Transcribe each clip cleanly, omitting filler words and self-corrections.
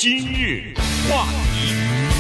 今日话题，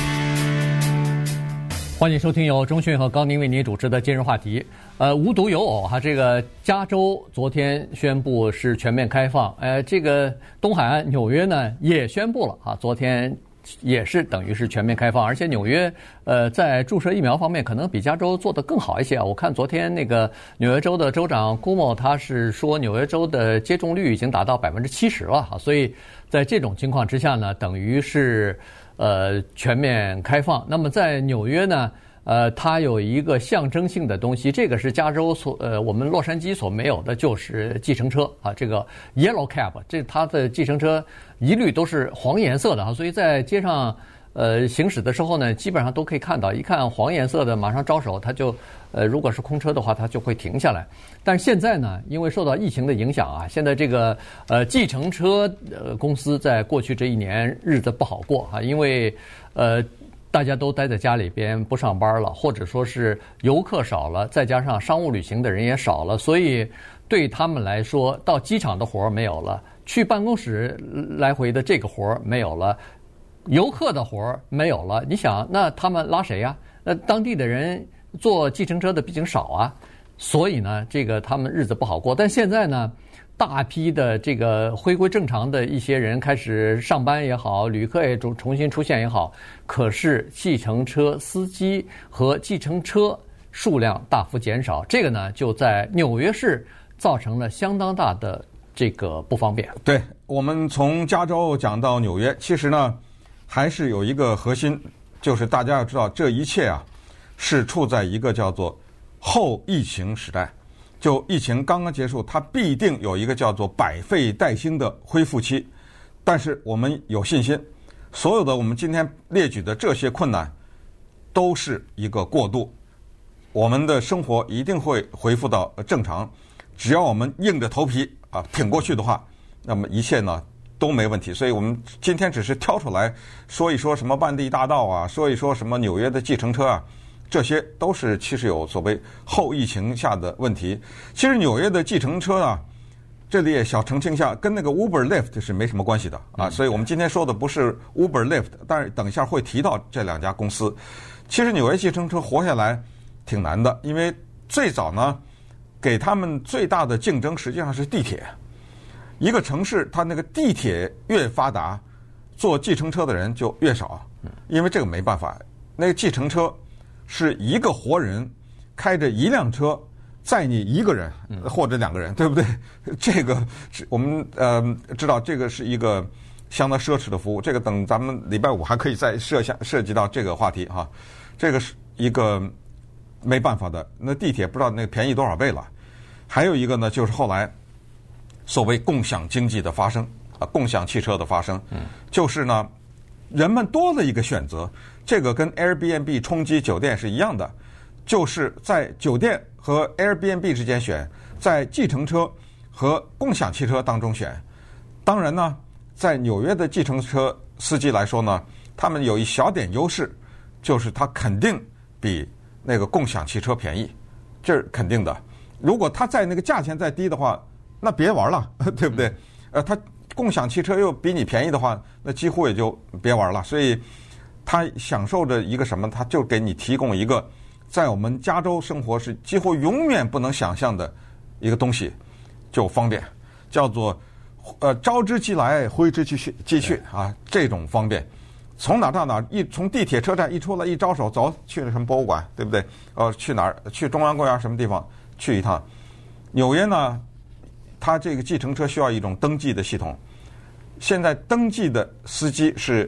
欢迎收听由钟迅和高宁为您主持的今日话题。无独有偶哈，这个加州昨天宣布是全面开放，这个东海岸纽约呢也宣布了啊，昨天也是等于是全面开放，而且纽约在注射疫苗方面可能比加州做得更好一些啊。我看昨天那个纽约州的州长 Cuomo 他是说纽约州的接种率已经达到70%了哈，所以在这种情况之下呢，等于是全面开放。那么在纽约呢，它有一个象征性的东西，这个是加州我们洛杉矶所没有的，就是计程车啊，这个 Yellow Cab， 它的计程车一律都是黄颜色的哈，所以在街上行驶的时候呢，基本上都可以看到，一看黄颜色的马上招手，它就如果是空车的话，它就会停下来。但是现在呢，因为受到疫情的影响啊，现在这个计程车公司在过去这一年日子不好过啊，因为大家都待在家里边不上班了，或者说是游客少了，再加上商务旅行的人也少了，所以对他们来说，到机场的活没有了，去办公室来回的这个活没有了，游客的活没有了。你想，那他们拉谁呀？那当地的人坐计程车的毕竟少啊，所以呢，这个他们日子不好过。但现在呢，大批的这个回归正常的一些人开始上班也好，旅客也重新出现也好，可是计程车司机和计程车数量大幅减少，这个呢就在纽约市造成了相当大的这个不方便。 对，我们从加州讲到纽约，其实呢还是有一个核心，就是大家要知道这一切啊是处在一个叫做后疫情时代。就疫情刚刚结束，它必定有一个叫做百废待兴的恢复期，但是我们有信心，所有的我们今天列举的这些困难都是一个过渡，我们的生活一定会恢复到正常，只要我们硬着头皮啊挺过去的话，那么一切呢都没问题。所以我们今天只是挑出来说一说什么万地大道啊，说一说什么纽约的计程车啊，这些都是其实有所谓后疫情下的问题。其实纽约的计程车啊，这里也小澄清一下，跟那个 Uber、Lyft 是没什么关系的啊。所以我们今天说的不是 Uber、Lyft， 但是等一下会提到这两家公司。其实纽约计程车活下来挺难的，因为最早呢，给他们最大的竞争实际上是地铁。一个城市它那个地铁越发达，坐计程车的人就越少，因为这个没办法，那个计程车是一个活人开着一辆车载你一个人或者两个人，对不对？这个是我们知道这个是一个相当奢侈的服务。这个等咱们礼拜五还可以再涉及到这个话题哈。这个是一个没办法的。那地铁不知道那便宜多少倍了。还有一个呢，就是后来所谓共享经济的发生啊，共享汽车的发生，就是呢，人们多了一个选择。这个跟 Airbnb 冲击酒店是一样的，就是在酒店和 Airbnb 之间选，在计程车和共享汽车当中选。当然呢，在纽约的计程车司机来说呢，他们有一小点优势，就是他肯定比那个共享汽车便宜，这是肯定的。如果他在那个价钱再低的话，那别玩了，对不对？他共享汽车又比你便宜的话，那几乎也就别玩了。所以他享受着一个什么？他就给你提供一个在我们加州生活是几乎永远不能想象的一个东西，就方便，叫做招之即来，挥之即去啊，这种方便。从哪到哪，从地铁车站一出来一招手，走去了什么博物馆，对不对？去哪儿？去中央公园什么地方去一趟？纽约呢，它这个计程车需要一种登记的系统，现在登记的司机是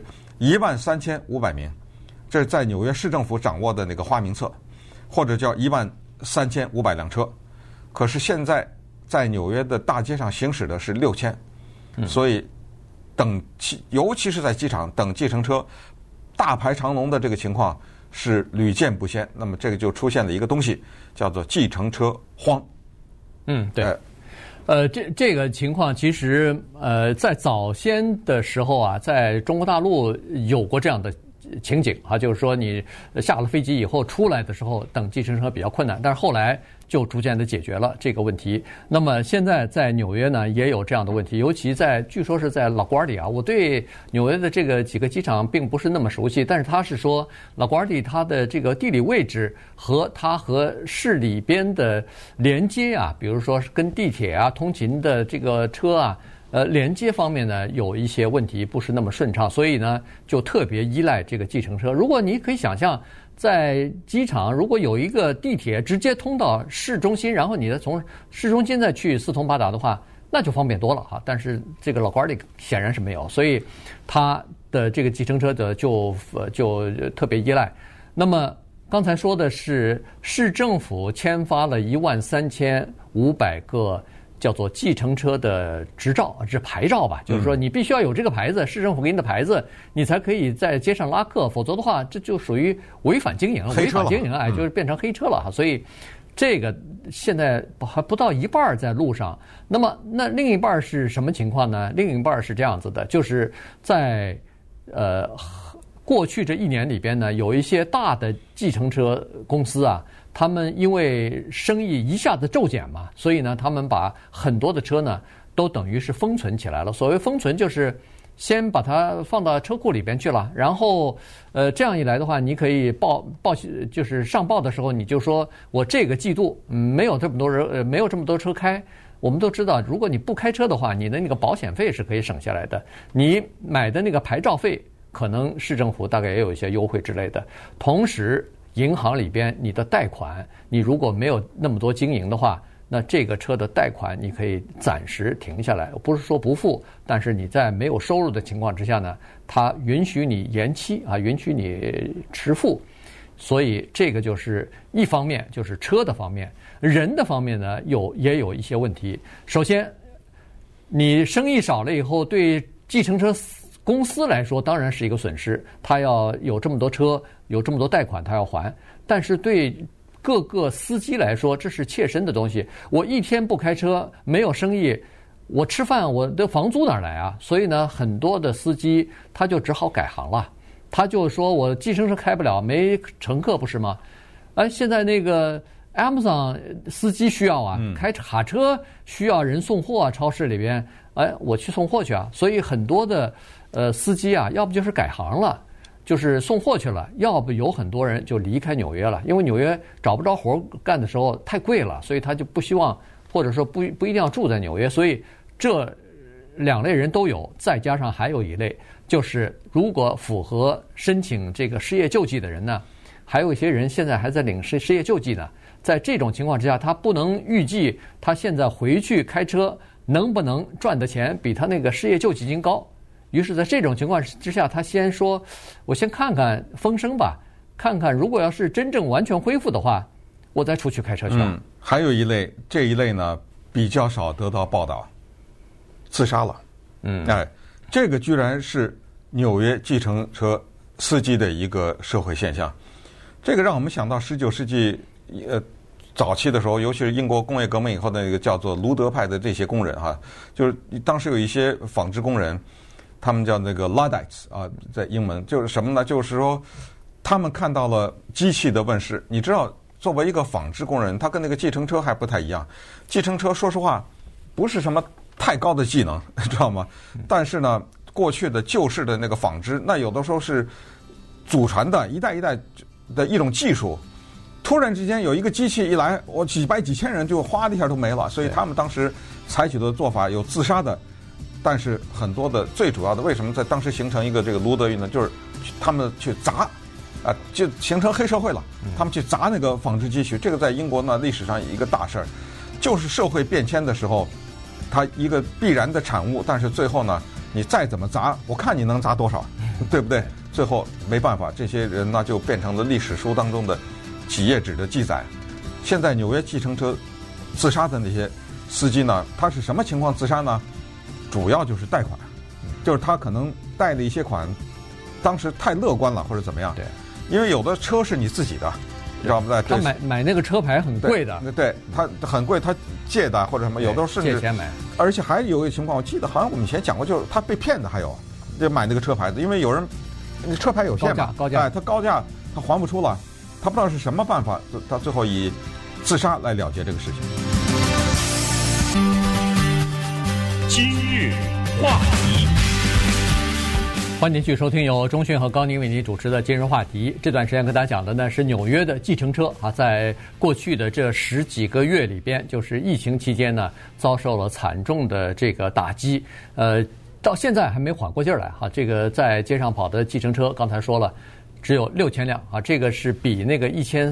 13500名，这是在纽约市政府掌握的那个花名册，或者叫13500辆车。可是现在在纽约的大街上行驶的是6000，所以尤其是在机场等计程车大排长龙的这个情况是屡见不鲜。那么这个就出现了一个东西，叫做计程车荒。 对。这个情况其实在早先的时候啊，在中国大陆有过这样的情景啊，就是说你下了飞机以后出来的时候等计程车比较困难，但是后来就逐渐的解决了这个问题。那么现在在纽约呢也有这样的问题，尤其据说是在拉瓜迪啊，我对纽约的这个几个机场并不是那么熟悉，但是他是说拉瓜迪它的这个地理位置和它和市里边的连接啊，比如说跟地铁啊通勤的这个车啊。连接方面呢有一些问题不是那么顺畅，所以呢就特别依赖这个计程车。如果你可以想象，在机场如果有一个地铁直接通到市中心，然后你再从市中心再去四通八达的话，那就方便多了哈。但是这个老瓜里显然是没有，所以它的这个计程车的就特别依赖。那么刚才说的是市政府签发了13500个。叫做计程车的执照，是牌照吧？就是说你必须要有这个牌子，市政府给你的牌子，你才可以在街上拉客，否则的话，这就属于违反经营，违法经营哎，就是变成黑车了哈。所以这个现在还不到一半在路上。那另一半是什么情况呢？另一半是这样子的，就是在过去这1年里边呢，有一些大的计程车公司啊。他们因为生意一下子骤减嘛，所以呢，他们把很多的车呢都等于是封存起来了。所谓封存，就是先把它放到车库里边去了，然后这样一来的话，你可以就是上报的时候，你就说我这个季度没有这么多人，没有这么多车开。我们都知道，如果你不开车的话，你的那个保险费是可以省下来的，你买的那个牌照费可能市政府大概也有一些优惠之类的，同时。银行里边你的贷款，你如果没有那么多经营的话，那这个车的贷款你可以暂时停下来，不是说不付，但是你在没有收入的情况之下呢，它允许你延期啊，允许你迟付。所以这个就是一方面，就是车的方面，人的方面呢也有一些问题。首先，你生意少了以后，对计程车公司来说当然是一个损失，他要有这么多车，有这么多贷款他要还，但是对各个司机来说这是切身的东西。我一天不开车，没有生意，我吃饭我的房租哪来啊？所以呢，很多的司机他就只好改行了，他就说我计程车开不了，没乘客不是吗？现在那个 Amazon 司机需要啊，开卡车需要人送货啊，超市里边，我去送货去啊。所以很多的司机啊，要不就是改行了，就是送货去了，要不有很多人就离开纽约了，因为纽约找不着活干的时候太贵了，所以他就不希望，或者说不一定要住在纽约。所以这2类人都有，再加上还有一类，就是如果符合申请这个失业救济的人呢，还有一些人现在还在领失业救济呢。在这种情况之下，他不能预计他现在回去开车能不能赚的钱比他那个失业救济金高。于是在这种情况之下，他先说我先看看风声吧，看看如果要是真正完全恢复的话，我再出去开车去。 还有一类，这一类呢比较少得到报道，自杀了。这个居然是纽约计程车司机的一个社会现象。这个让我们想到19世纪早期的时候，尤其是英国工业革命以后的那个叫做卢德派的这些工人哈，就是当时有一些纺织工人，他们叫那个 Luddites 啊，在英文就是什么呢？就是说他们看到了机器的问世。你知道，作为一个纺织工人，他跟那个计程车还不太一样。计程车说实话不是什么太高的技能，知道吗？但是呢，过去的旧式的那个纺织，那有的时候是祖传的一代一代的一种技术。突然之间有一个机器一来，我几百几千人就哗的一下都没了。所以他们当时采取的做法有自杀的，但是很多的最主要的，为什么在当时形成一个这个卢德运呢？就是他们去砸就形成黑社会了。他们去砸那个纺织机器，这个在英国呢历史上一个大事儿，就是社会变迁的时候，它一个必然的产物。但是最后呢，你再怎么砸，我看你能砸多少，对不对？最后没办法，这些人呢就变成了历史书当中的几页纸的记载。现在纽约计程车自杀的那些司机呢，他是什么情况自杀呢？主要就是贷款，就是他可能贷了一些款，当时太乐观了或者怎么样。 对， 因为有的车是你自己的，知道不？ 他买那个车牌很贵的， 对，他很贵，他借的或者什么，有的甚至借钱买。 而且还有一个情况，我记得好像我们以前讲过，就是他被骗的，还有就买那个车牌子，因为有人你车牌有限嘛， 高价， 他高价他还不出了，他不知道是什么办法，他最后以自杀来了结这个事情。 今日话题。 欢迎继续收听由钟迅和高宁为您主持的今日话题。这段时间跟大家讲的呢是纽约的计程车啊，在过去的这10几个月里边，就是疫情期间呢，遭受了惨重的这个打击，到现在还没缓过劲儿来哈。这个在街上跑的计程车，刚才说了，只有6000辆啊，这个是比那个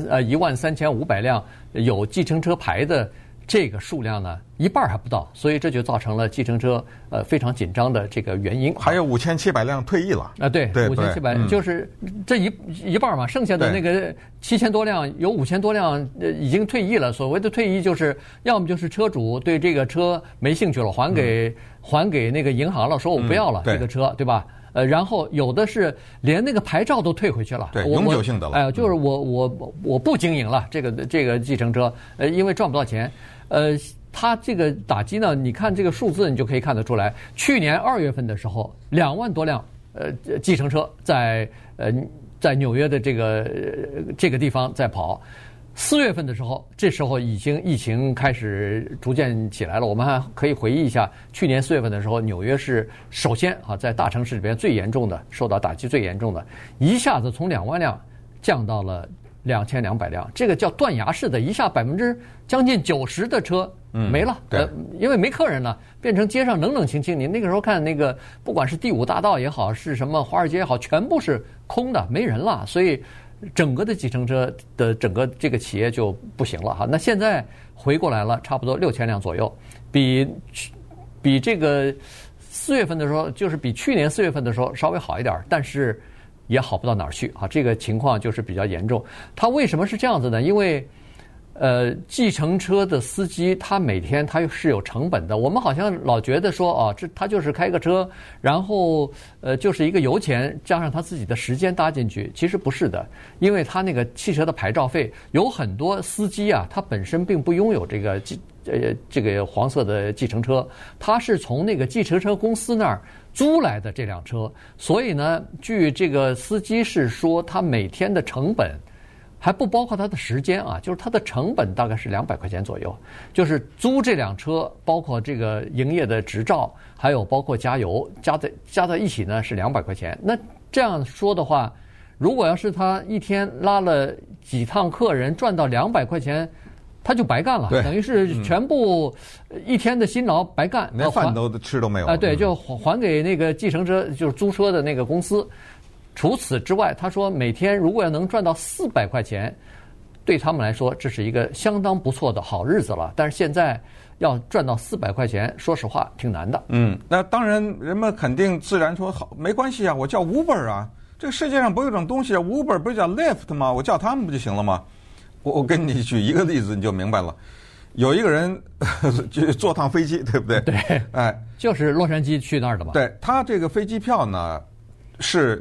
13500辆有计程车牌的这个数量呢一半还不到，所以这就造成了计程车非常紧张的这个原因。 还有5700辆退役了啊，对，5700就是这一半嘛，剩下的那个7000多辆有5000多辆已经退役了。所谓的退役就是要么就是车主对这个车没兴趣了，还给那个银行了，说我不要了这个车，对吧？然后有的是连那个牌照都退回去了， 对，永久性的了。 就是我不经营了这个计程车，因为赚不到钱。它这个打击呢，你看这个数字，你就可以看得出来。去年2月份的时候，2万多辆计程车在纽约的这个地方在跑。4月份的时候，这时候已经疫情开始逐渐起来了。我们还可以回忆一下，去年4月份的时候，纽约是首先啊，在大城市里边最严重的，受到打击最严重的，一下子从2万辆降到了2200辆，这个叫断崖式的，一下将近90%的车没了。因为没客人了，变成街上冷冷清清。你那个时候看那个，不管是第5大道也好，是什么华尔街也好，全部是空的，没人了，所以整个的计程车的整个这个企业就不行了哈。那现在回过来了，差不多6000辆左右，比这个4月份的时候，就是比去年4月份的时候稍微好一点，但是也好不到哪儿去啊。这个情况就是比较严重。它为什么是这样子呢？因为计程车的司机他每天他是有成本的。我们好像老觉得说他就是开个车，然后就是一个油钱加上他自己的时间搭进去，其实不是的，因为他那个汽车的牌照费，有很多司机啊，他本身并不拥有这个黄色的计程车，他是从那个计程车公司那儿租来的这辆车，所以呢，据这个司机是说，他每天的成本还不包括他的时间啊，就是他的成本大概是200块钱左右，就是租这辆车，包括这个营业的执照，还有包括加油，加在一起呢是200块钱。那这样说的话，如果要是他一天拉了几趟客人，赚到200块钱，他就白干了，等于是全部一天的辛劳白干， 连饭都吃都没有。 对，就还给那个计程车，就是租车的那个公司。除此之外，他说每天如果要能赚到400块钱，对他们来说这是一个相当不错的好日子了。但是现在要赚到400块钱，说实话挺难的。 那当然，人们肯定自然说好，没关系啊，我叫 Uber 啊，这个世界上不有一种东西啊 ，Uber 不是叫 Lyft 吗？我叫他们不就行了吗？我跟你举一个例子，你就明白了。有一个人就坐趟飞机，对不对？ 对，就是洛杉矶去那儿的嘛。 对，他这个飞机票呢是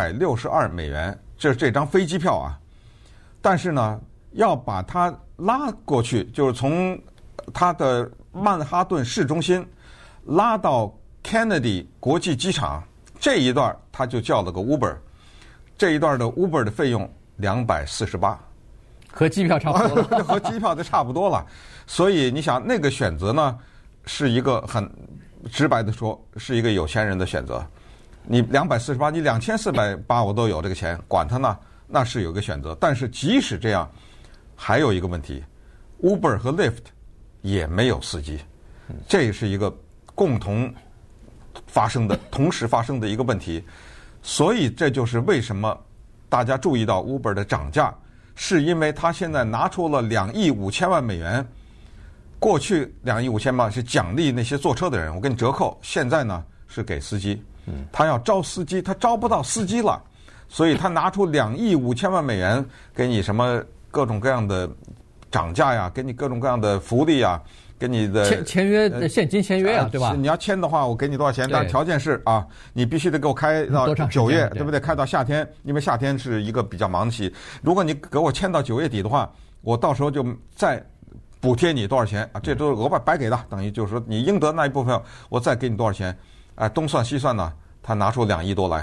$262，这张飞机票啊。但是呢，要把它拉过去，就是从他的曼哈顿市中心拉到 Kennedy 国际机场这一段，他就叫了个 Uber， 这一段的 Uber 的费用248。 和机票差不多了， 和机票就差不多了。所以你想，那个选择呢，是一个很直白的说，是一个有钱人的选择。你248，你2480我都有这个钱，管他呢，那是有个选择。但是即使这样，还有一个问题 ，Uber 和 Lyft 也没有司机，这是一个共同发生的、同时发生的一个问题。所以这就是为什么大家注意到 Uber 的涨价。是因为他现在拿出了$2亿5千万，过去$2亿5千万是奖励那些坐车的人，我给你折扣，现在呢是给司机，他要招司机，他招不到司机了，所以他拿出$2亿5千万给你什么各种各样的涨价呀，给你各种各样的福利呀，给你的签约的现金签约啊，对吧？ 你要签的话，我给你多少钱？但条件是啊，你必须得给我开到9月，对不对？开到夏天，因为夏天是一个比较忙的期。如果你给我签到9月底的话，我到时候就再补贴你多少钱啊？这都是额外白给的，等于就是说你应得那一部分，我再给你多少钱？冬算西算呢，他拿出$2亿多来。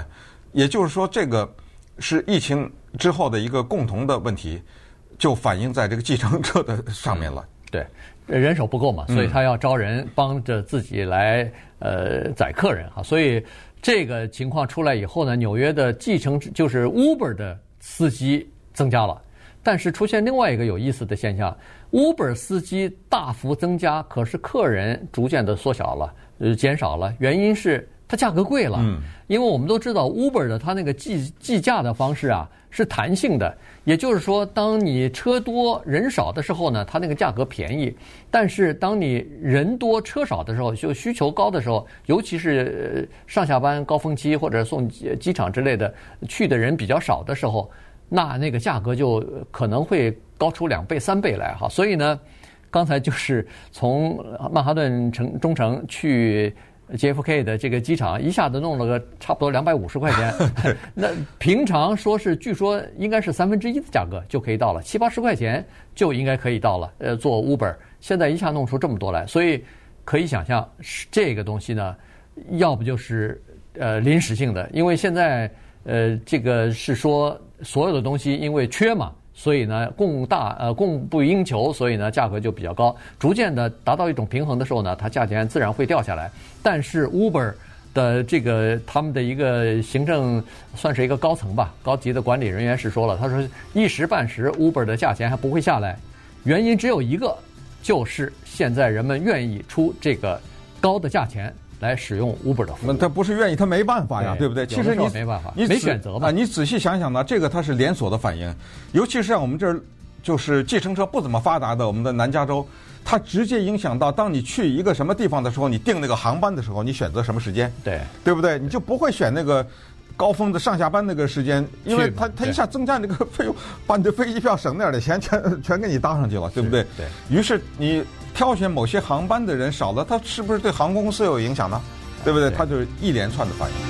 也就是说，这个是疫情之后的一个共同的问题，就反映在这个计程车的上面了。 对，人手不够嘛，所以他要招人帮着自己来载客人哈。所以这个情况出来以后呢，纽约的计程就是 Uber 的司机增加了。但是出现另外一个有意思的现象 ，Uber 司机大幅增加，可是客人逐渐的缩小了，减少了。原因是它价格贵了。因为我们都知道 Uber 的它那个计价的方式啊是弹性的，也就是说，当你车多人少的时候呢，它那个价格便宜；但是当你人多车少的时候，就需求高的时候，尤其是上下班高峰期或者送机场之类的去的人比较少的时候。那个价格就可能会高出2倍3倍来哈，所以呢，刚才就是从曼哈顿中城去 JFK 的这个机场，一下子弄了个差不多250块钱。那平常据说应该是1/3的价格就可以到了，70、80块钱就应该可以到了。做 Uber 现在一下弄出这么多来，所以可以想象这个东西呢，要不就是临时性的，因为现在这个是说。所有的东西因为缺嘛，所以呢供不应求，所以呢价格就比较高。逐渐的达到一种平衡的时候呢，它价钱自然会掉下来。但是 Uber 的这个他们的一个行政算是一个高层吧，高级的管理人员是说了，他说一时半时 Uber 的价钱还不会下来，原因只有一个，就是现在人们愿意出这个高的价钱。来使用 Uber 的服务， 他不是愿意，他没办法呀，对不对？其实没办法，没选择嘛。 你仔细想想呢，这个它是连锁的反应，尤其是像我们这儿就是计程车不怎么发达的，我们的南加州，它直接影响到当你去一个什么地方的时候，你订那个航班的时候，你选择什么时间，对不对？你就不会选那个高峰的上下班那个时间，因为它一下增加那个费用，把你的飞机票省那点的钱全给你搭上去了，对不对？ 对。 于是你挑选某些航班的人少了，它是不是对航空公司有影响呢？对不对？它就是一连串的反应。